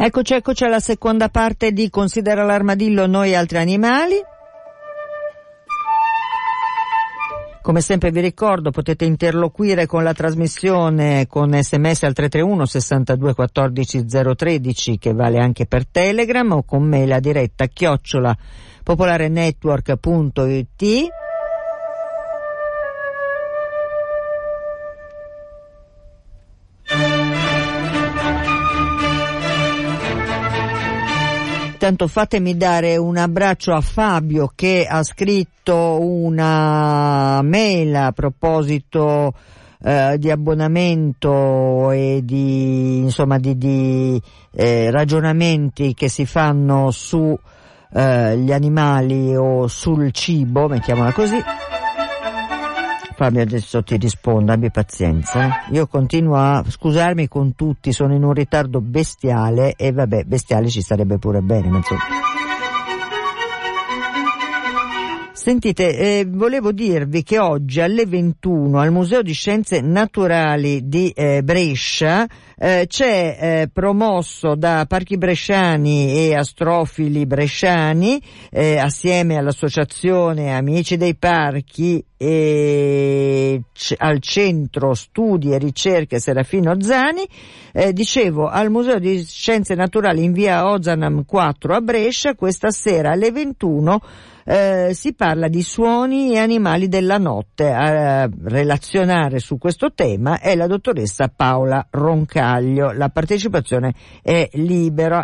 Eccoci alla seconda parte di Considera l'armadillo, noi altri animali. Come sempre vi ricordo, potete interloquire con la trasmissione con SMS al 331 62 14 013, che vale anche per Telegram, o con mail a diretta @popolarenetwork.it. Intanto fatemi dare un abbraccio a Fabio, che ha scritto una mail a proposito di abbonamento e di ragionamenti che si fanno su gli animali o sul cibo, mettiamola così. Fabio, adesso ti rispondo, abbi pazienza. Io continuo a scusarmi con tutti, sono in un ritardo bestiale e vabbè, bestiale ci sarebbe pure bene, ma insomma. Sentite, volevo dirvi che oggi alle 21 al Museo di Scienze Naturali di Brescia c'è promosso da Parchi Bresciani e Astrofili Bresciani, assieme all'Associazione Amici dei Parchi e al Centro Studi e Ricerche Serafino Zani, dicevo, al Museo di Scienze Naturali in via Ozanam 4 a Brescia, questa sera alle 21 si parla di suoni e animali della notte. A relazionare su questo tema è la dottoressa Paola Roncaglio. La partecipazione è libera.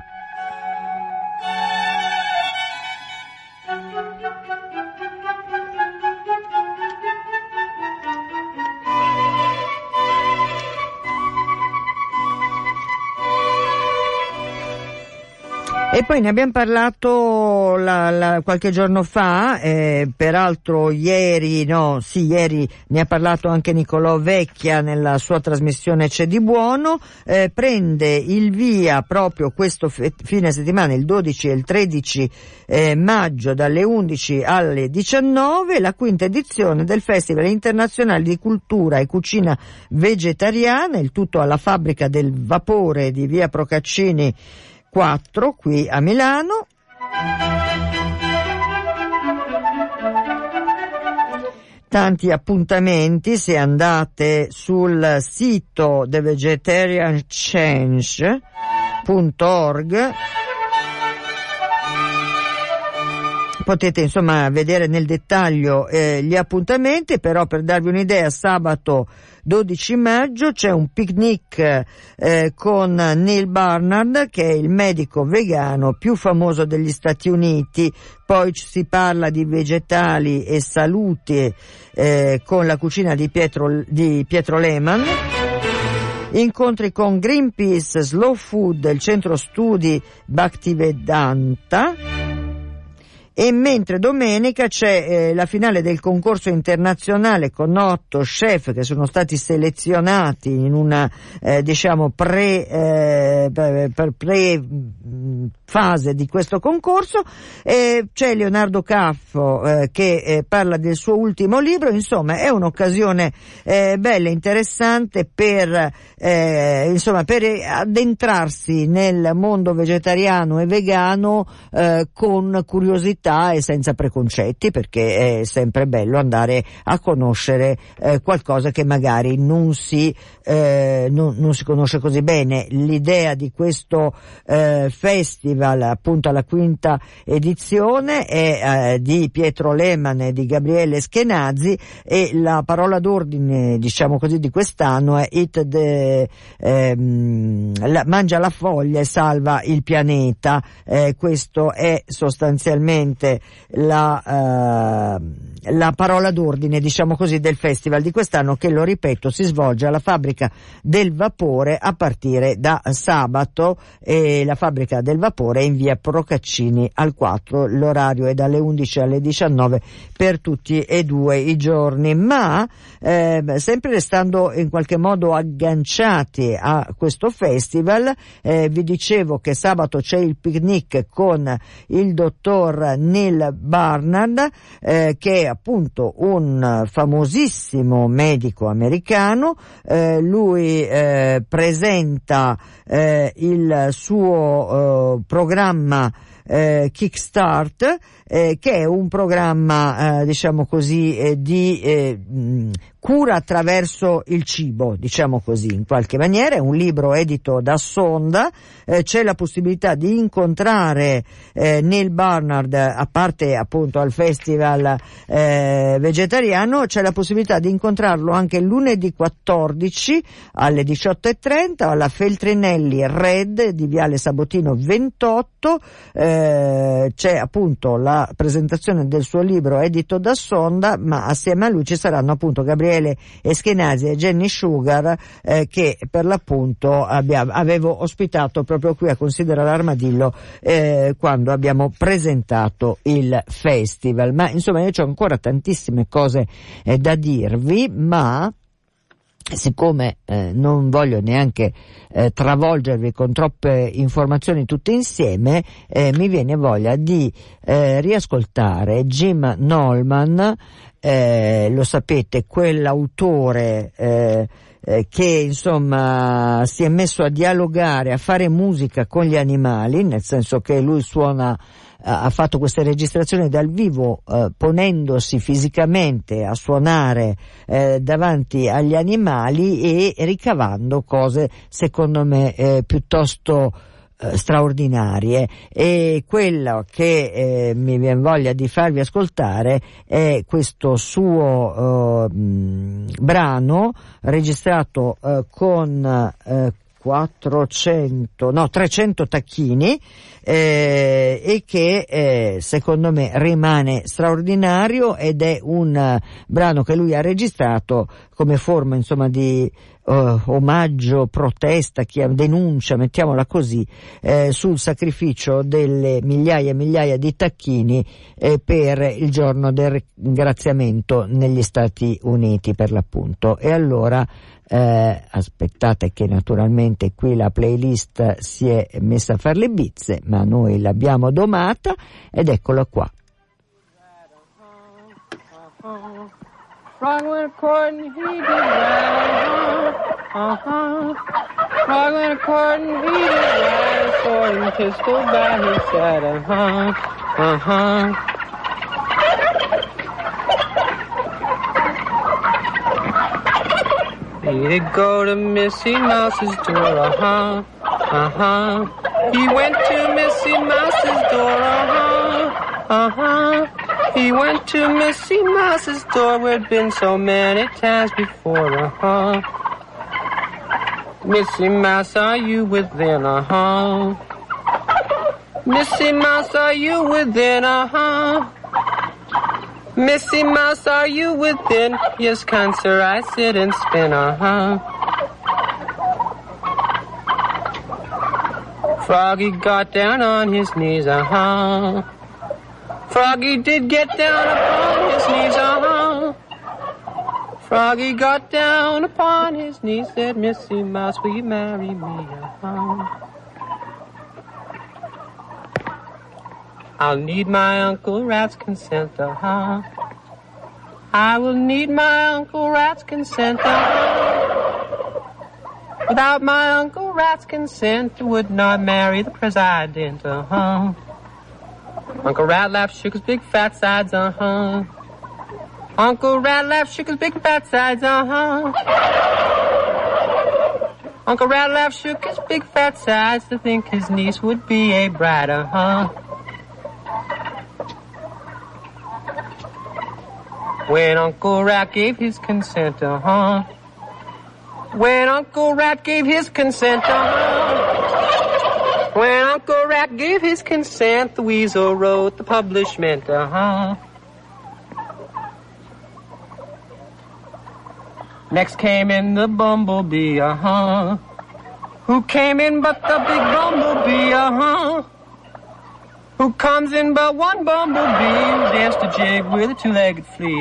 E poi ne abbiamo parlato qualche giorno fa, peraltro ieri ne ha parlato anche Nicolò Vecchia nella sua trasmissione C'è di buono. Prende il via proprio questo fine settimana, il 12 e il 13 maggio, dalle 11 alle 19, la quinta edizione del Festival Internazionale di Cultura e Cucina Vegetariana, il tutto alla Fabbrica del Vapore di via Procaccini 4 qui a Milano. Tanti appuntamenti, se andate sul sito thevegetarianchange.org potete insomma vedere nel dettaglio gli appuntamenti. Però, per darvi un'idea, sabato 12 maggio c'è un picnic con Neil Barnard, che è il medico vegano più famoso degli Stati Uniti. Poi si parla di vegetali e salute con la cucina di Pietro Lehmann. Incontri con Greenpeace, Slow Food, il centro studi Bhaktivedanta. E mentre domenica c'è la finale del concorso internazionale con 8 chef che sono stati selezionati in una fase di questo concorso. C'è Leonardo Caffo che parla del suo ultimo libro. Insomma, è un'occasione bella, interessante per addentrarsi nel mondo vegetariano e vegano con curiosità e senza preconcetti, perché è sempre bello andare a conoscere qualcosa che magari non si conosce così bene. L'idea di questo festival, appunto alla quinta edizione, è di Pietro Lehmann e di Gabriele Schenazi, e la parola d'ordine, diciamo così, di quest'anno è mangia la foglia e salva il pianeta. Questo è sostanzialmente la parola d'ordine, diciamo così, del festival di quest'anno, che, lo ripeto, si svolge alla Fabbrica del Vapore a partire da sabato. La Fabbrica del Vapore è in via Procaccini al 4, l'orario è dalle 11 alle 19 per tutti e due i giorni. Ma sempre restando in qualche modo agganciati a questo festival, vi dicevo che sabato c'è il picnic con il dottor Neil Barnard, che appunto un famosissimo medico americano. Lui presenta il suo programma Kickstart, che è un programma diciamo così di cura attraverso il cibo, diciamo così, in qualche maniera. È un libro edito da Sonda. C'è la possibilità di incontrare Neil Barnard, a parte appunto al festival vegetariano, c'è la possibilità di incontrarlo anche lunedì 14 alle 18:30 alla Feltrinelli Red di Viale Sabotino 28. C'è appunto la presentazione del suo libro edito da Sonda, ma assieme a lui ci saranno appunto Gabriele Eskenazi e Jenny Sugar, che per l'appunto avevo ospitato proprio qui a Considera l'Armadillo quando abbiamo presentato il festival. Ma insomma io ho ancora tantissime cose da dirvi, ma siccome non voglio neanche travolgervi con troppe informazioni tutte insieme, mi viene voglia di riascoltare Jim Nolman. Lo sapete, quell'autore che insomma si è messo a dialogare, a fare musica con gli animali, nel senso che lui ha fatto queste registrazioni dal vivo, ponendosi fisicamente a suonare davanti agli animali e ricavando cose secondo me piuttosto straordinarie. E quello che mi viene voglia di farvi ascoltare è questo suo brano registrato con 300 tacchini, e che secondo me rimane straordinario, ed è un brano che lui ha registrato come forma insomma di omaggio, protesta, denuncia, mettiamola così, sul sacrificio delle migliaia e migliaia di tacchini per il giorno del ringraziamento negli Stati Uniti, per l'appunto. E allora aspettate che naturalmente qui la playlist si è messa a fare le bizze, ma noi l'abbiamo domata ed eccola qua. Frog went a-courtin', he did right, Frog went a-courtin', he did right, sword and pistol by his side, He'd go to Missy Mouse's door, He went to Missy Mouse's door, He went to Missy Mouse's door, where'd been so many times before, Missy Mouse, are you within, Missy Mouse, are you within, Missy Mouse, are you within? Yes, kind sir, I sit and spin, Froggy got down on his knees, Froggy did get down upon his knees, Froggy got down upon his knees, said, Missy Mouse, will you marry me, I'll need my Uncle Rat's consent, I will need my Uncle Rat's consent, Without my Uncle Rat's consent, I would not marry the President, Uncle Ratlaff shook his big fat sides, Uncle Ratlaff shook his big fat sides, Uncle Ratlaff shook his big fat sides to think his niece would be a bride, When Uncle Rat gave his consent, When Uncle Rat gave his consent, When Uncle Rat gave his consent, the weasel wrote the publishment, Next came in the bumblebee, Who came in but the big bumblebee, Who comes in but one bumblebee, who danced a jig with a two-legged flea,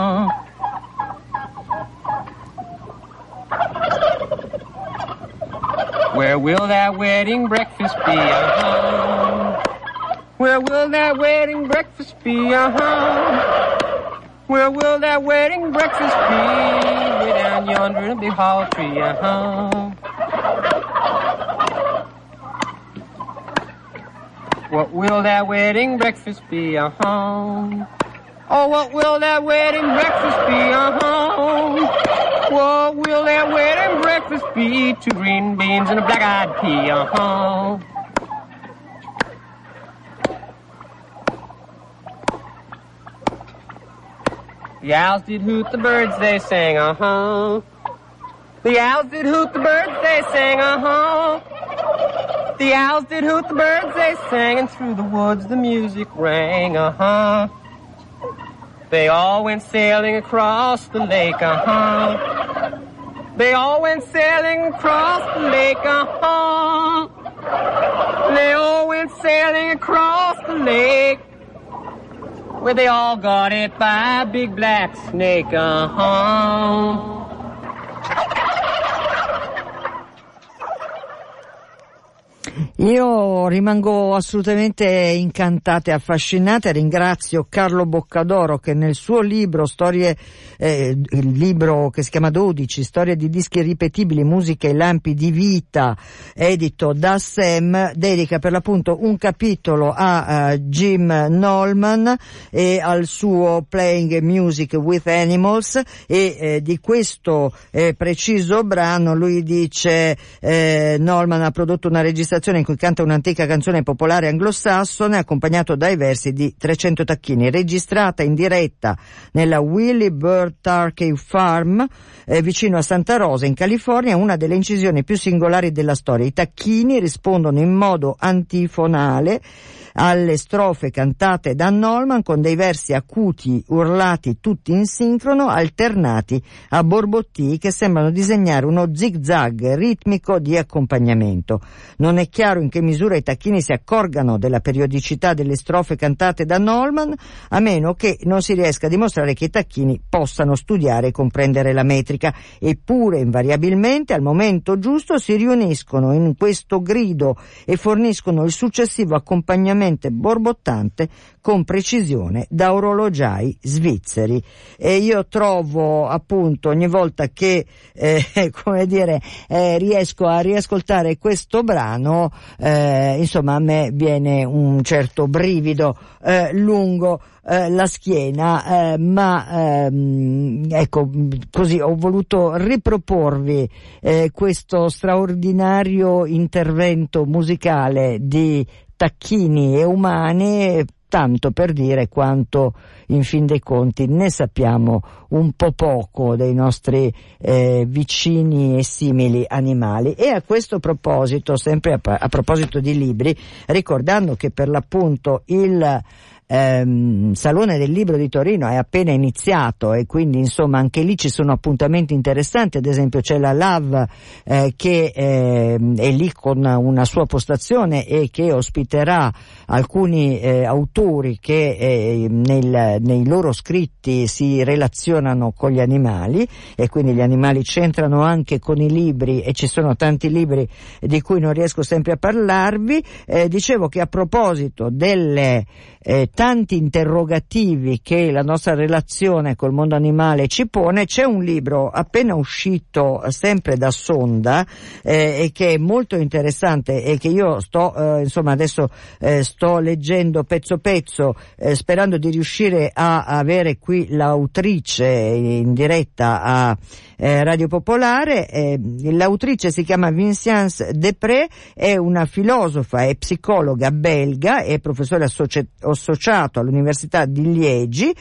Where will that wedding breakfast be, Where will that wedding breakfast be, Where will that wedding breakfast be? Way down yonder in a big hollow tree, What will that wedding breakfast be, Oh, what will that wedding breakfast be, What will that wedding breakfast be? 2 green beans and a black-eyed pea, The owls did hoot, the birds they sang, The owls did hoot, the birds they sang, The owls did hoot, the birds they sang, and through the woods the music rang, They all went sailing across the lake, They all went sailing across the lake, They all went sailing across the lake, where they all got it by a big black snake, Io rimango assolutamente incantata e affascinata. Ringrazio Carlo Boccadoro che nel suo libro il libro che si chiama 12, Storia di dischi ripetibili, musica e lampi di vita, edito da Sam, dedica per l'appunto un capitolo a Jim Nolman e al suo Playing Music with Animals, e di questo preciso brano lui dice Nolman ha prodotto una registrazione in cui canta un'antica canzone popolare anglosassone accompagnato dai versi di 300 tacchini, registrata in diretta nella Willie Bird Turkey Farm vicino a Santa Rosa in California, una delle incisioni più singolari della storia. I tacchini rispondono in modo antifonale alle strofe cantate da Nolman con dei versi acuti urlati tutti in sincrono, alternati a borbottii che sembrano disegnare uno zig-zag ritmico di accompagnamento. Non è chiaro in che misura i tacchini si accorgano della periodicità delle strofe cantate da Nolman, a meno che non si riesca a dimostrare che i tacchini possano studiare e comprendere la metrica. Eppure invariabilmente al momento giusto si riuniscono in questo grido e forniscono il successivo accompagnamento borbottante con precisione da orologiai svizzeri. E io trovo appunto ogni volta che riesco a riascoltare questo brano, insomma a me viene un certo brivido lungo la schiena, ma ecco, così ho voluto riproporvi questo straordinario intervento musicale di tacchini e umani, tanto per dire quanto in fin dei conti ne sappiamo un po' poco dei nostri vicini e simili animali. E a questo proposito, sempre a proposito di libri, ricordando che per l'appunto il Salone del Libro di Torino è appena iniziato e quindi insomma anche lì ci sono appuntamenti interessanti. Ad esempio c'è la LAV che è lì con una sua postazione e che ospiterà alcuni autori che nei loro scritti si relazionano con gli animali, e quindi gli animali c'entrano anche con i libri, e ci sono tanti libri di cui non riesco sempre a parlarvi. Dicevo che a proposito delle tanti interrogativi che la nostra relazione col mondo animale ci pone, c'è un libro appena uscito sempre da Sonda e che è molto interessante e che io sto adesso sto leggendo pezzo pezzo, sperando di riuscire a avere qui l'autrice in diretta a Radio Popolare. L'autrice si chiama Vincience Després, è una filosofa e psicologa belga, è professore associato all'Università di Liegi,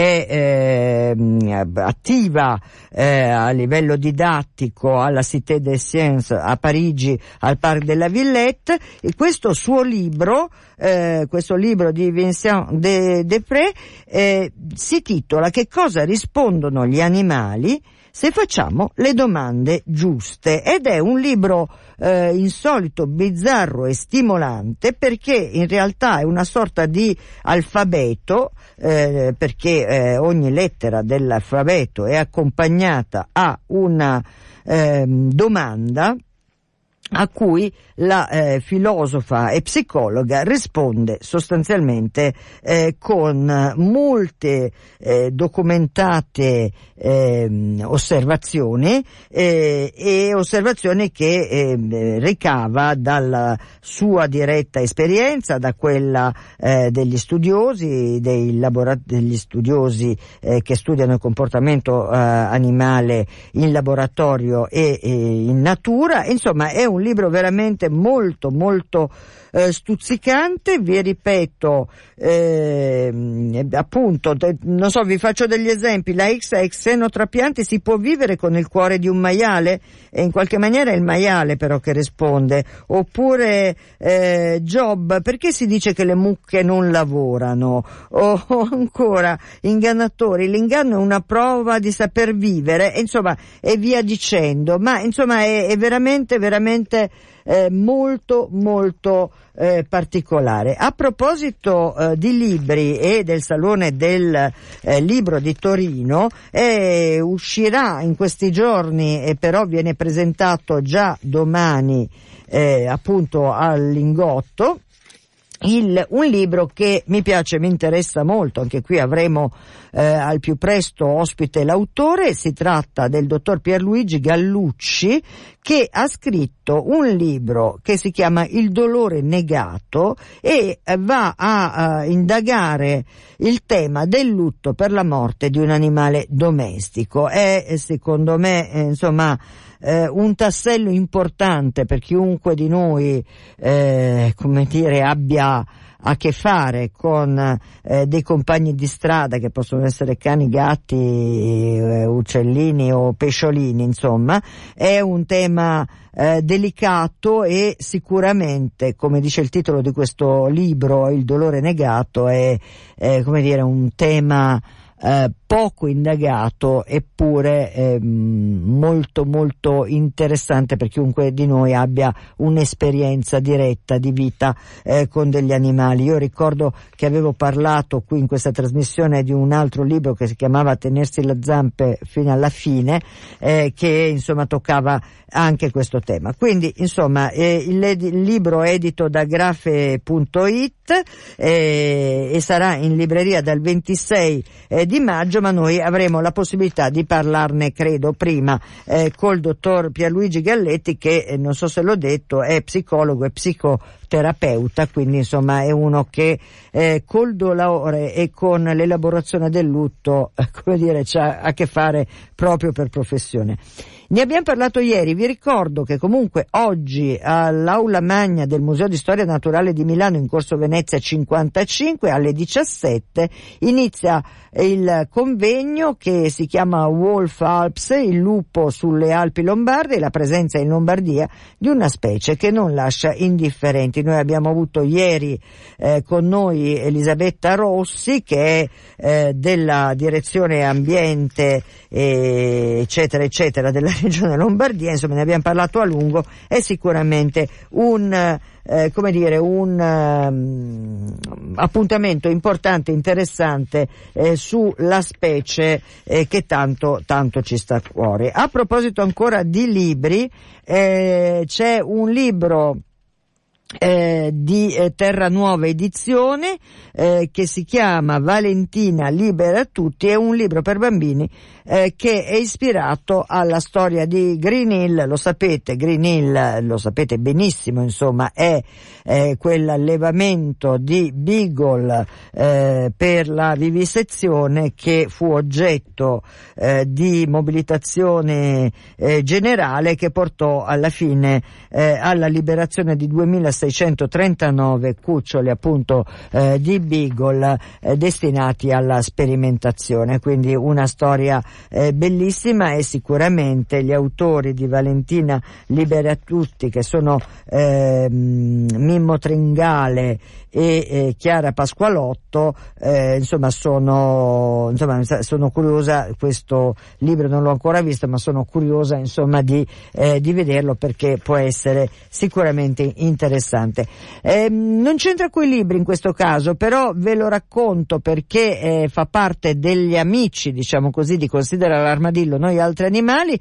è attiva a livello didattico alla Cité des Sciences a Parigi, al Parc de la Villette, e questo suo libro, questo libro di Vincent Després si titola Che cosa rispondono gli animali se facciamo le domande giuste, ed è un libro insolito, bizzarro e stimolante, perché in realtà è una sorta di alfabeto, perché ogni lettera dell'alfabeto è accompagnata a una domanda, a cui la filosofa e psicologa risponde sostanzialmente con molte documentate osservazioni e osservazioni che ricava dalla sua diretta esperienza, da quella degli studiosi, degli studiosi che studiano il comportamento animale in laboratorio e in natura. Insomma, è un libro veramente molto molto stuzzicante. Vi ripeto, appunto, non so, vi faccio degli esempi. La XX xenotrapiante: si può vivere con il cuore di un maiale? E in qualche maniera è il maiale però che risponde. Oppure Job: perché si dice che le mucche non lavorano? O ancora Ingannatori: l'inganno è una prova di saper vivere, insomma, e via dicendo. Ma insomma è veramente veramente molto molto particolare. A proposito di libri e del Salone del Libro di Torino, uscirà in questi giorni, e però viene presentato già domani appunto al Lingotto, un libro che mi piace, mi interessa molto. Anche qui avremo al più presto ospite l'autore. Si tratta del dottor Pierluigi Gallucci, che ha scritto un libro che si chiama Il dolore negato e va a indagare il tema del lutto per la morte di un animale domestico. È secondo me insomma un tassello importante per chiunque di noi come dire abbia a che fare con dei compagni di strada, che possono essere cani, gatti, uccellini o pesciolini. Insomma, è un tema delicato, e sicuramente, come dice il titolo di questo libro, Il dolore negato, è come dire un tema poco indagato, eppure molto molto interessante per chiunque di noi abbia un'esperienza diretta di vita con degli animali. Io ricordo che avevo parlato qui in questa trasmissione di un altro libro che si chiamava Tenersi le zampe fino alla fine, che insomma toccava anche questo tema. Quindi insomma il libro è edito da Grafe.it e sarà in libreria dal 26 di maggio, ma noi avremo la possibilità di parlarne, credo, prima col dottor Pierluigi Galletti, che non so se l'ho detto, è psicologo e psicoterapeuta, quindi insomma è uno che col dolore e con l'elaborazione del lutto come dire c'ha a che fare proprio per professione. Ne abbiamo parlato ieri. Vi ricordo che comunque oggi all'Aula Magna del Museo di Storia Naturale di Milano, in Corso Venezia 55, alle 17 inizia il convegno che si chiama Wolf Alps, il lupo sulle Alpi lombarde, e la presenza in Lombardia di una specie che non lascia indifferenti. Noi abbiamo avuto ieri con noi Elisabetta Rossi, che è della direzione ambiente eccetera eccetera della regione Lombardia. Insomma, ne abbiamo parlato a lungo. È sicuramente un appuntamento importante, interessante sulla specie che tanto ci sta a cuore. A proposito ancora di libri, c'è un libro di Terra Nuova Edizione che si chiama Valentina libera tutti. È un libro per bambini che è ispirato alla storia di Green Hill. Lo sapete, Green Hill, lo sapete benissimo, insomma, è quell'allevamento di beagle per la vivisezione che fu oggetto di mobilitazione generale, che portò alla fine alla liberazione di 2639 cuccioli appunto di beagle destinati alla sperimentazione. Quindi una storia bellissima, e sicuramente gli autori di Valentina libera tutti, che sono Mimmo Tringale e Chiara Pasqualotto, insomma sono curiosa. Questo libro non l'ho ancora visto, ma sono curiosa insomma di vederlo, perché può essere sicuramente interessante. interessante. Non c'entra coi libri in questo caso, però ve lo racconto perché fa parte degli amici, diciamo così, di Considera l'armadillo, noi altri animali.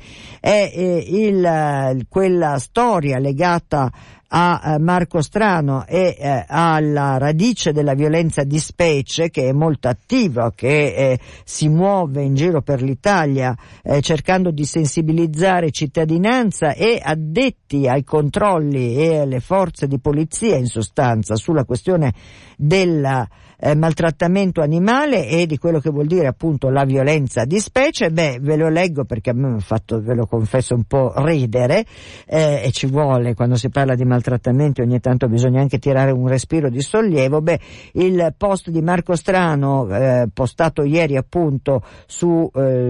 È quella storia legata a Marco Strano e alla radice della violenza di specie, che è molto attiva, che si muove in giro per l'Italia cercando di sensibilizzare cittadinanza e addetti ai controlli e alle forze di polizia, in sostanza, sulla questione del maltrattamento animale e di quello che vuol dire appunto la violenza di specie. Ve lo leggo perché a me mi ha fatto, ve lo confesso, un po' ridere, e ci vuole, quando si parla di maltrattamento ogni tanto bisogna anche tirare un respiro di sollievo. Il post di Marco Strano postato ieri appunto su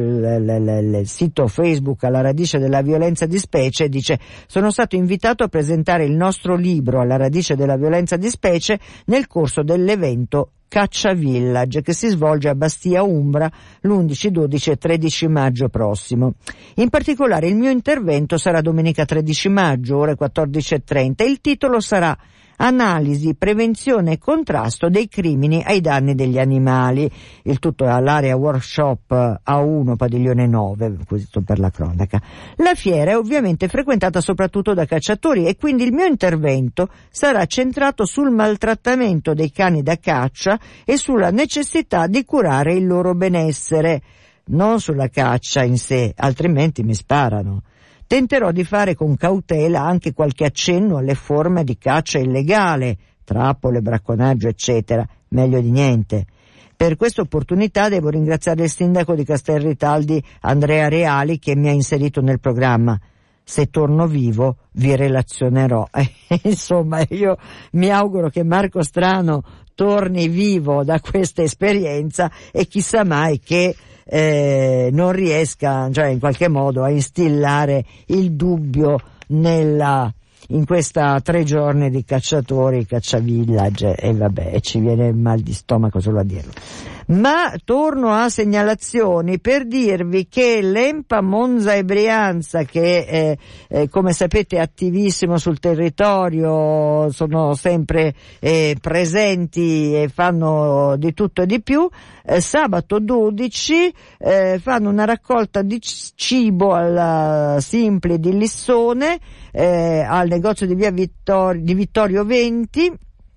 il sito Facebook Alla radice della violenza di specie dice: sono stato invitato a presentare il nostro libro Alla radice della violenza di specie nel corso dell'evento Caccia Village, che si svolge a Bastia Umbra l'11, 12 e 13 maggio prossimo. In particolare il mio intervento sarà domenica 13 maggio, ore 14:30. Il titolo sarà Analisi, prevenzione e contrasto dei crimini ai danni degli animali. Il tutto è all'area workshop A1 Padiglione 9, questo per la cronaca. La fiera è ovviamente frequentata soprattutto da cacciatori e quindi il mio intervento sarà centrato sul maltrattamento dei cani da caccia e sulla necessità di curare il loro benessere, non sulla caccia in sé, altrimenti mi sparano. Tenterò di fare con cautela anche qualche accenno alle forme di caccia illegale, trappole, bracconaggio, eccetera, meglio di niente. Per questa opportunità devo ringraziare il sindaco di Castelritaldi, Andrea Reali, che mi ha inserito nel programma. Se torno vivo vi relazionerò. Insomma, io mi auguro che Marco Strano torni vivo da questa esperienza e chissà mai che non riesca, cioè in qualche modo, a instillare il dubbio in questa 3 giorni di cacciatori, Caccia Village, e vabbè, ci viene il mal di stomaco solo a dirlo. Ma torno a segnalazioni per dirvi che l'ENPA Monza e Brianza, che come sapete è attivissimo sul territorio, sono sempre presenti e fanno di tutto e di più, sabato 12 fanno una raccolta di cibo alla Simpli di Lissone, al negozio di via Vittorio 20,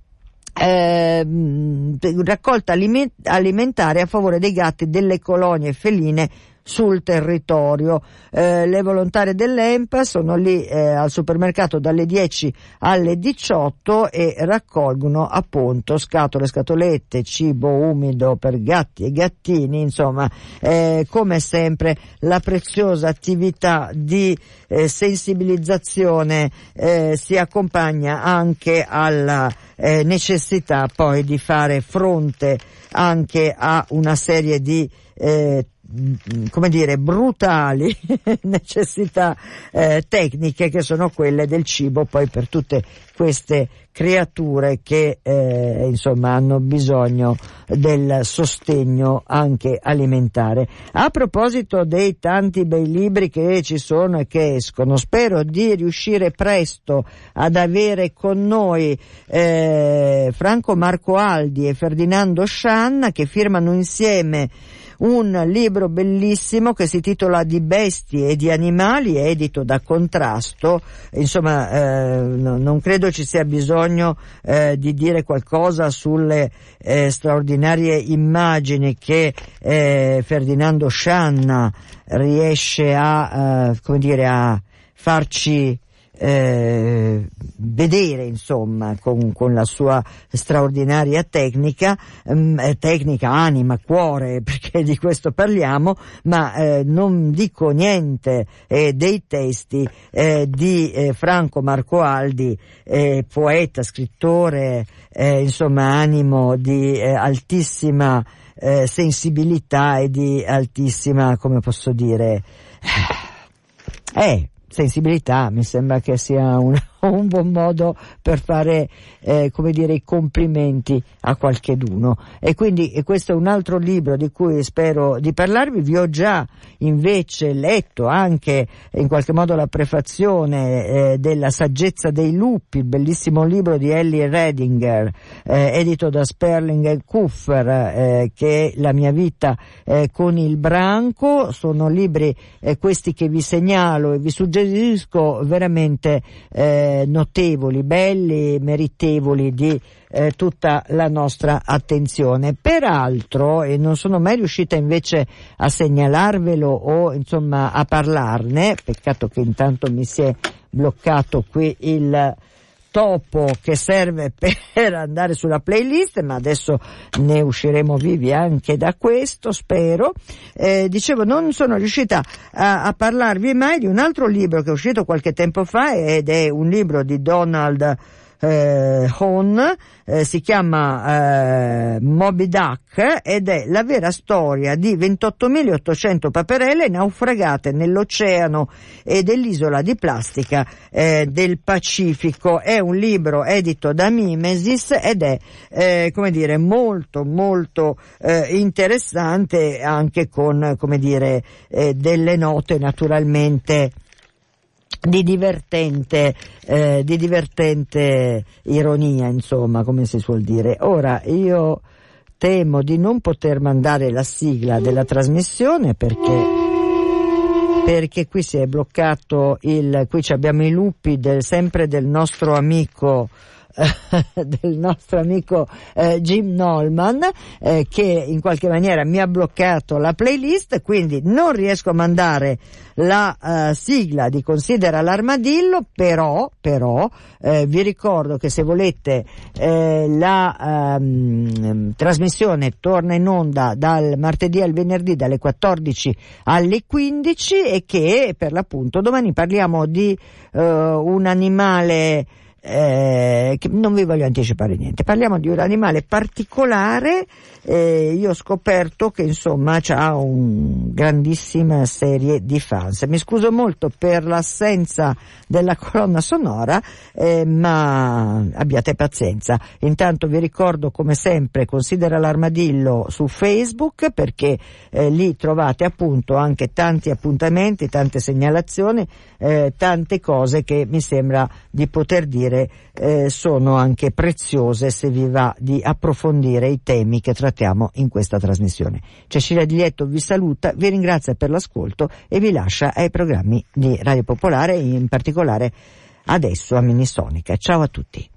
raccolta alimentare a favore dei gatti delle colonie feline sul territorio. Le volontarie dell'ENPA sono lì al supermercato dalle 10 alle 18 e raccolgono appunto scatolette, cibo umido per gatti e gattini, insomma, come sempre la preziosa attività di sensibilizzazione si accompagna anche alla necessità poi di fare fronte anche a una serie di brutali necessità tecniche, che sono quelle del cibo poi per tutte queste creature che insomma hanno bisogno del sostegno anche alimentare. A proposito dei tanti bei libri che ci sono e che escono, spero di riuscire presto ad avere con noi Franco Marco Aldi e Ferdinando Scianna, che firmano insieme un libro bellissimo che si titola Di bestie e di animali, edito da Contrasto. Insomma, non credo ci sia bisogno di dire qualcosa sulle straordinarie immagini che Ferdinando Scianna riesce a farci vedere, insomma, con la sua straordinaria tecnica, anima, cuore, perché di questo parliamo, ma non dico niente dei testi di Franco Marco Aldi, poeta, scrittore, insomma, animo di altissima sensibilità e di altissima, come posso dire, sensibilità, mi sembra che sia un buon modo per fare come dire i complimenti a qualcheduno. E quindi questo è un altro libro di cui spero di parlarvi. Vi ho già invece letto anche in qualche modo la prefazione della Saggezza dei lupi, il bellissimo libro di Ellie Redinger, edito da Sperling Kuffer, che è La mia vita con il branco. Sono libri questi che vi segnalo e vi suggerisco, veramente notevoli, belli, meritevoli di tutta la nostra attenzione. Peraltro, e non sono mai riuscita invece a segnalarvelo o insomma a parlarne, peccato che intanto mi si è bloccato qui il topo che serve per andare sulla playlist, ma adesso ne usciremo vivi anche da questo, spero. Dicevo, non sono riuscita a parlarvi mai di un altro libro che è uscito qualche tempo fa, ed è un libro di Donald Hone, si chiama Moby Duck, ed è la vera storia di 28.800 paperelle naufragate nell'oceano e dell'isola di plastica del Pacifico. È un libro edito da Mimesis ed è come dire molto molto interessante, anche con come dire delle note naturalmente di divertente ironia, insomma, come si suol dire. Ora io temo di non poter mandare la sigla della trasmissione perché qui si è bloccato qui abbiamo i lupi sempre del nostro amico Jim Nolman, che in qualche maniera mi ha bloccato la playlist, quindi non riesco a mandare la sigla di Considera l'armadillo, però vi ricordo che se volete la trasmissione torna in onda dal martedì al venerdì dalle 14 alle 15 e che per l'appunto domani parliamo di un animale che non vi voglio anticipare niente. Parliamo di un animale particolare. Io ho scoperto che insomma c'ha una grandissima serie di fans. Mi scuso molto per l'assenza della colonna sonora, ma abbiate pazienza. Intanto vi ricordo, come sempre, Considera l'armadillo su Facebook, perché lì trovate appunto anche tanti appuntamenti, tante segnalazioni, tante cose che mi sembra di poter dire sono anche preziose se vi va di approfondire i temi che trattiamo in questa trasmissione. Cecilia Di Lietto vi saluta, vi ringrazia per l'ascolto e vi lascia ai programmi di Radio Popolare, in particolare adesso a Minisonica. Ciao a tutti.